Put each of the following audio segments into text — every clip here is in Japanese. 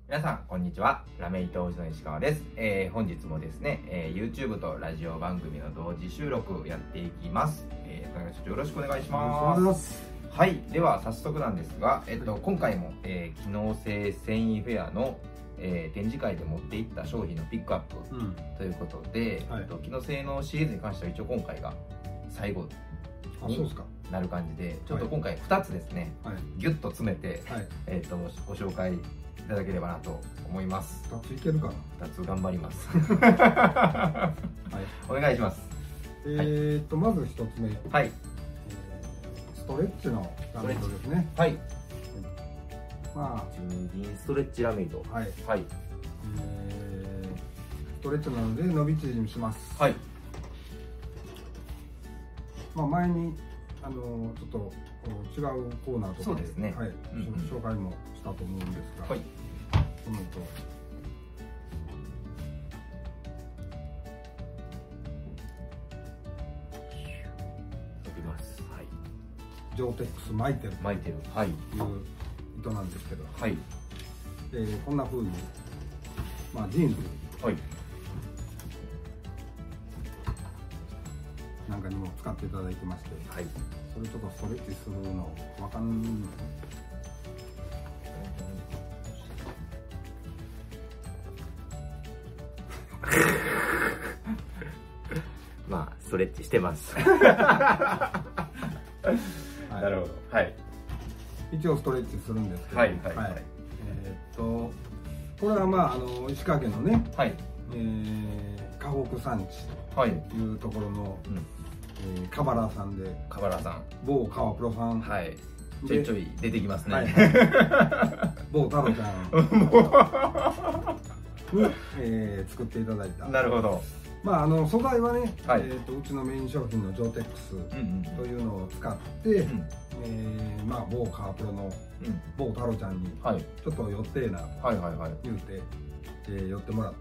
皆さんこんにちは。ラメイト王子の石川です。本日もですね、YouTube とラジオ番組の同時収録やっていきます。よろしくお願いします。はい、では早速なんですが、今回も、機能性繊維フェアの、展示会で持っていった商品のピックアップ、ということで、機能性のシリーズに関しては一応今回が最後になる感じで、ちょっと今回2つですね、ギュッと詰めて、ご紹介いただければなと思います。 2ついけるかな。 2つ頑張ります。お願いします。 まず1つ目、ストレッチのラメイトですね。 はい。 まあ純銀ストレッチラメイト。はい。ストレッチなので伸び縮みします。 はい。 まあ前にちょっと違うコーナーとかで紹介もしたと思うんですが、この糸ジョーテックス巻いてるという糸なんですけど、こんな風にまあジーンズなんかにも使っていただいてまして、それちょっとストレッチするのわかんない。 まあストレッチしてます。なるほど。 一応ストレッチするんですけど、これはまあ石川県のね、河北産地というところのカバラさんで、某川プロさん、 ちょいちょい出てきますね。 某太郎ちゃんに作っていただいた。 なるほど。 まあ素材はね、うちのメイン商品のジョーテックスというのを使って、まあ某カープロの某太郎ちゃんにちょっと寄ってえなと言うて寄ってもらって、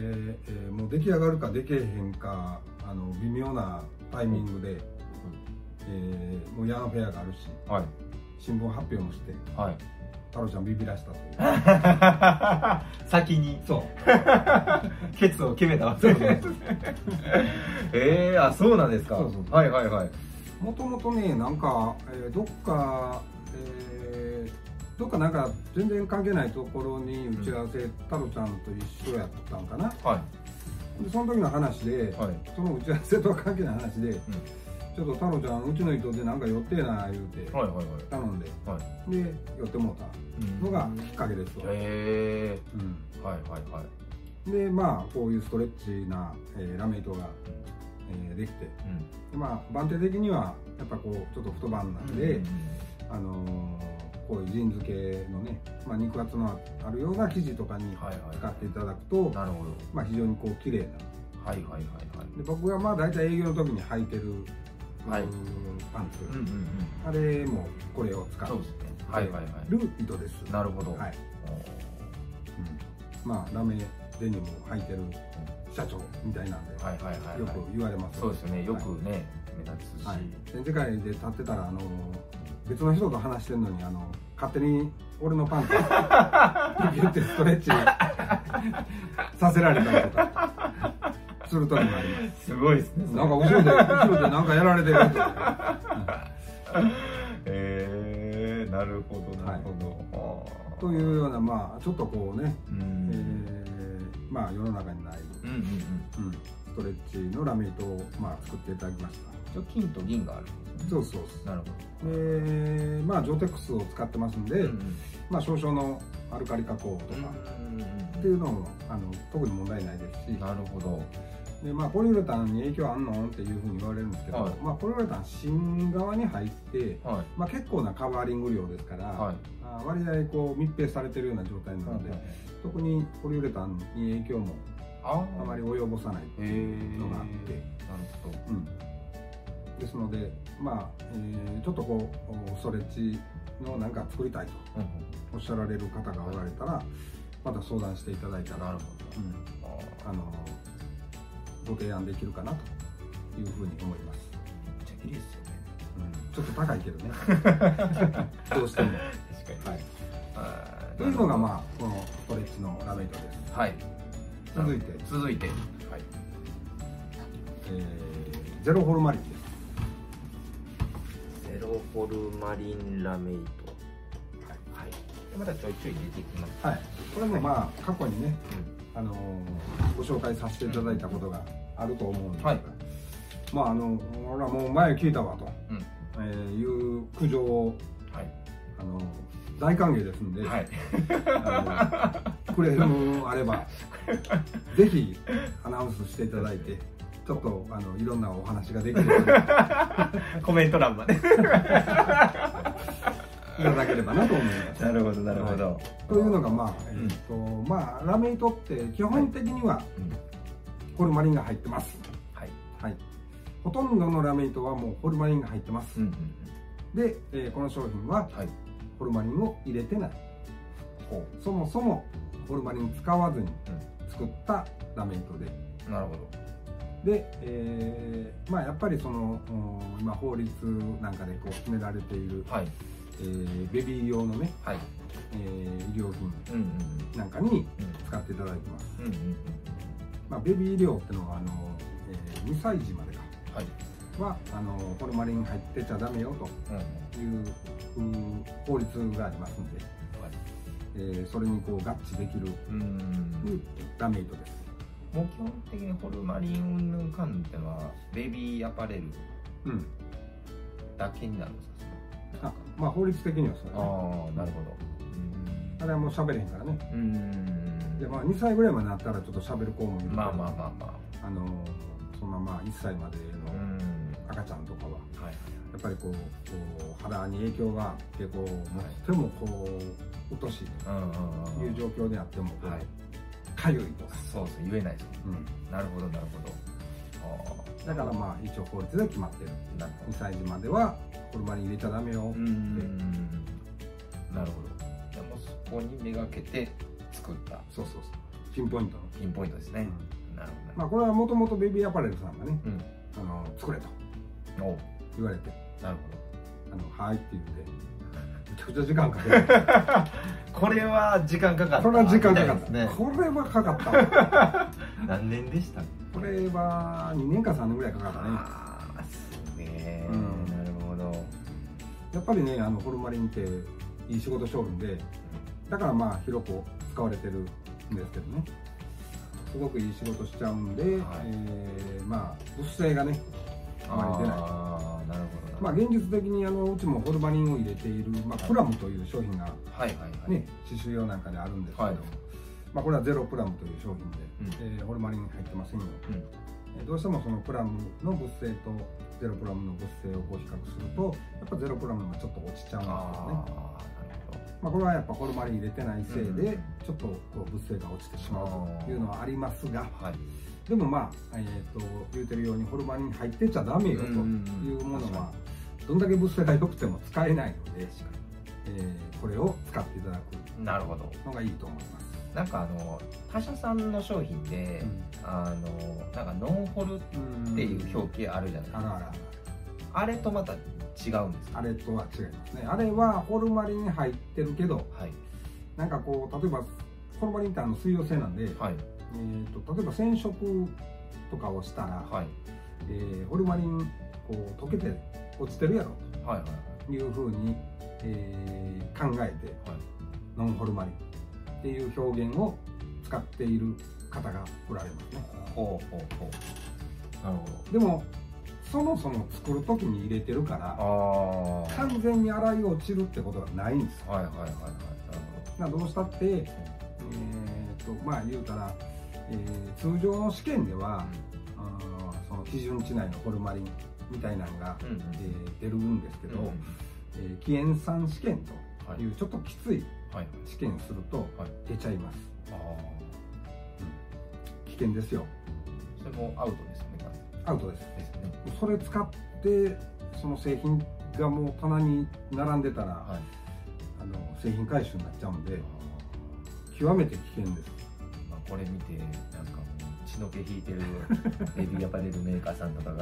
もう出来上がるかできへんか微妙なタイミングで、もうヤンフェアがあるし、新聞発表もして。太郎ちゃんビビらしたという。 先にケツを決めたわけです。あ、そうなんですか。もともとね、なんかどっかなんか全然関係ないところに打ち合わせ、太郎ちゃんと一緒やったんかな。でその時の話で、その打ち合わせとは関係ない話で、ちょっと太郎ちゃんうちの糸でなんか寄ってえな言うて頼んで、で寄ってもうたのがきっかけですわ。でまあこういうストレッチなラメ糸ができて、まあ番手的にはやっぱこうちょっと太版なんで、こういうジーンズ系のね、まあ肉厚のあるような生地とかに使っていただくと、まあ非常にこう綺麗な。で僕がまあ大体営業の時に履いてるパンツ、あれもこれを使うる糸です。 なるほど。 まあラメデニムを履いてる社長みたいなんでよく言われます。 そうですよね。よくね目立つし。 展示会で立ってたら別の人と話してるのに勝手に俺のパンツピュッてストレッチさせられたりとかする時もあります。 すごいですね。 なんか後ろでなんかやられてると。 なるほどなるほど。 というようなまあちょっとこうね、まあ世の中にないストレッチのラメ糸をまあ作っていただきました。 金と銀がある。 そう。 なるほど。 まあジョーテックスを使ってますんで、まあ少々のアルカリ加工とかっていうのも特に問題ないですし。 なるほど。 でまあポリウレタンに影響あんのっていうふうに言われるんですけど、まあポリウレタン芯側に入って、まあ結構なカバーリング量ですから、割合こう密閉されてるような状態なので、特にポリウレタンに影響もあまり及ぼさないっていうのがあって、ですのでまあちょっとこうストレッチのなんか作りたいとおっしゃられる方がおられたら、また相談していただいたら、ご提案できるかなというふうに思います。 めっちゃ綺麗ですよね。 ちょっと高いけどね。どうしても。 確かに。 というのがまあこのストレッチのラメイトです。 はい。 続いてはい。 ゼロホルマリンです。 ゼロホルマリンラメイト。はい。またちょいちょい出てきます。 はい。これねまあ過去にね、ご紹介させていただいたことがあると思うんですが、まあ俺はもう前聞いたわという苦情を大歓迎ですんで、クレームあればぜひアナウンスしていただいて、ちょっといろんなお話ができるコメント欄までいただければなと思います。 なるほどなるほど。 というのがまあラメイトって基本的にはホルマリンが入ってます。はい。ほとんどのラメイトはもうホルマリンが入ってます。で、この商品はホルマリンを入れてない。そもそもホルマリン使わずに作ったラメイトで。 なるほど。 で、まあやっぱりその今法律なんかでこう決められている、ベビー用のね、医療品なんかに使っていただいてます。まあベビー医療っていうのは2歳児まではホルマリン入ってちゃダメよという法律がありますので、それにこう合致できるラメイトです。 もう基本的にホルマリン云々関連ってのはベビーアパレルだけになるんですか？ まあ法律的にはそうですね。 ああ、なるほど。 あれはもう喋れへんからね。でまあ2歳ぐらいまでなったらちょっと喋る子もいるけど、そのまま1歳までの赤ちゃんとかはやっぱりこう肌に影響があってこうとてもこううとしいという状況であってもかゆいとかそう言えないです。なるほどなるほど。 だからまあ一応法律で決まってる。2歳児まではホルマリン入れちゃダメよって。 なるほど。でもそこにめがけて作った。 そうピンポイントですね。なるほど。まあこれはもともとベビーアパレルさんがね、作れと言われて、 なるほど。 はいって言って、めちゃくちゃ時間かけて。 これは時間かかった。 これは時間かかったね。これはかかった。 何年でした？ これは2年か3年ぐらいかかったね。 すげえ。なるほど。 やっぱりね、ホルマリンっていい仕事商品で、だからまあ広く使われてるんですけどね。すごくいい仕事しちゃうんで、まあ物性がねあまり出ない。なるほど。まあ現実的にうちもホルマリンを入れているプラムという商品がね刺繍用なんかであるんですけど、まあこれはゼロプラムという商品でホルマリン入ってませんよ。どうしてもそのプラムの物性とゼロプラムの物性をこう比較するとやっぱゼロプラムがちょっと落ちちゃうんですよね。まあこれはやっぱホルマリン入れてないせいでちょっとこう物性が落ちてしまうというのはありますが、でもまあ言うてるようにホルマリン入ってちゃダメよというものはどんだけ物性が良くても使えないので、これを使っていただくのがいいと思います。 なんか他社さんの商品でなんかノンホルっていう表記あるじゃないですか。あれとまた違うんですか？ あれとは違いますね。あれはホルマリン入ってるけど、なんかこう例えばホルマリンって水溶性なんで、例えば染色とかをしたら、ホルマリンこう溶けて落ちてるやろというふうに考えてノンホルマリンっていう表現を使っている方がおられますね。なるほど。でもそもそも作る時に入れてるから完全に洗い落ちるってことはないんですよ。どうしたってまあ言うたら通常の試験ではその基準値内のホルマリンみたいなのが出るんですけど、希塩酸試験というちょっときつい試験すると出ちゃいます。危険ですよ。 それもアウトですね。 アウトです。それ使ってその製品がもう棚に並んでたら、製品回収になっちゃうんで極めて危険です。 これ見てなんか血の気引いてるベビーアパレルメーカーさんとかが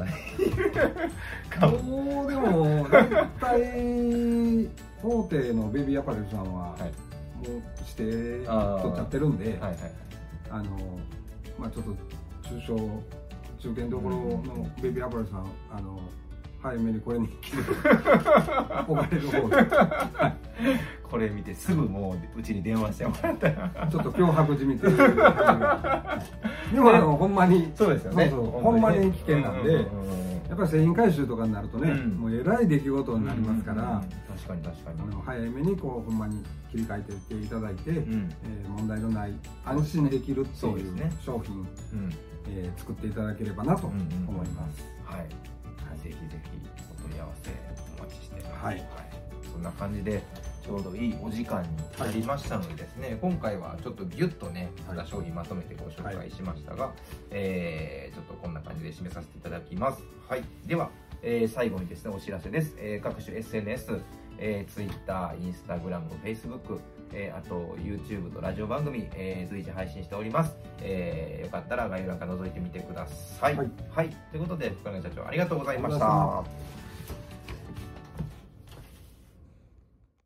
そうでも大体大手のベビーアパレルさんは、 して取っちゃってるんで、まあちょっと中堅どころのベビーアパレルさん、早めにこれに置かれる方でこれ見てすぐもううちに電話してもらったらちょっと脅迫じみてでもほんまにそうですよね、 ほんまに危険なんで、やっぱり製品回収とかになるとね、もうえらい出来事になりますから、 確かに早めにこうほんまに切り替えていっていただいて、問題のない安心できるっていう商品作っていただければなと思います。 はい、ぜひぜひお問い合わせお待ちしてます。はい、そんな感じでちょうどいいお時間になりましたのでですね、今回はちょっとギュッとね商品まとめてご紹介しましたが、ちょっとこんな感じで締めさせていただきます。はい、では、最後にですねお知らせです。各種 SNS、Twitter、Instagram、Facebook、あと YouTube とラジオ番組、随時配信しております。よかったら概要欄から覗いてみてください。はい、ということで福永社長ありがとうございました。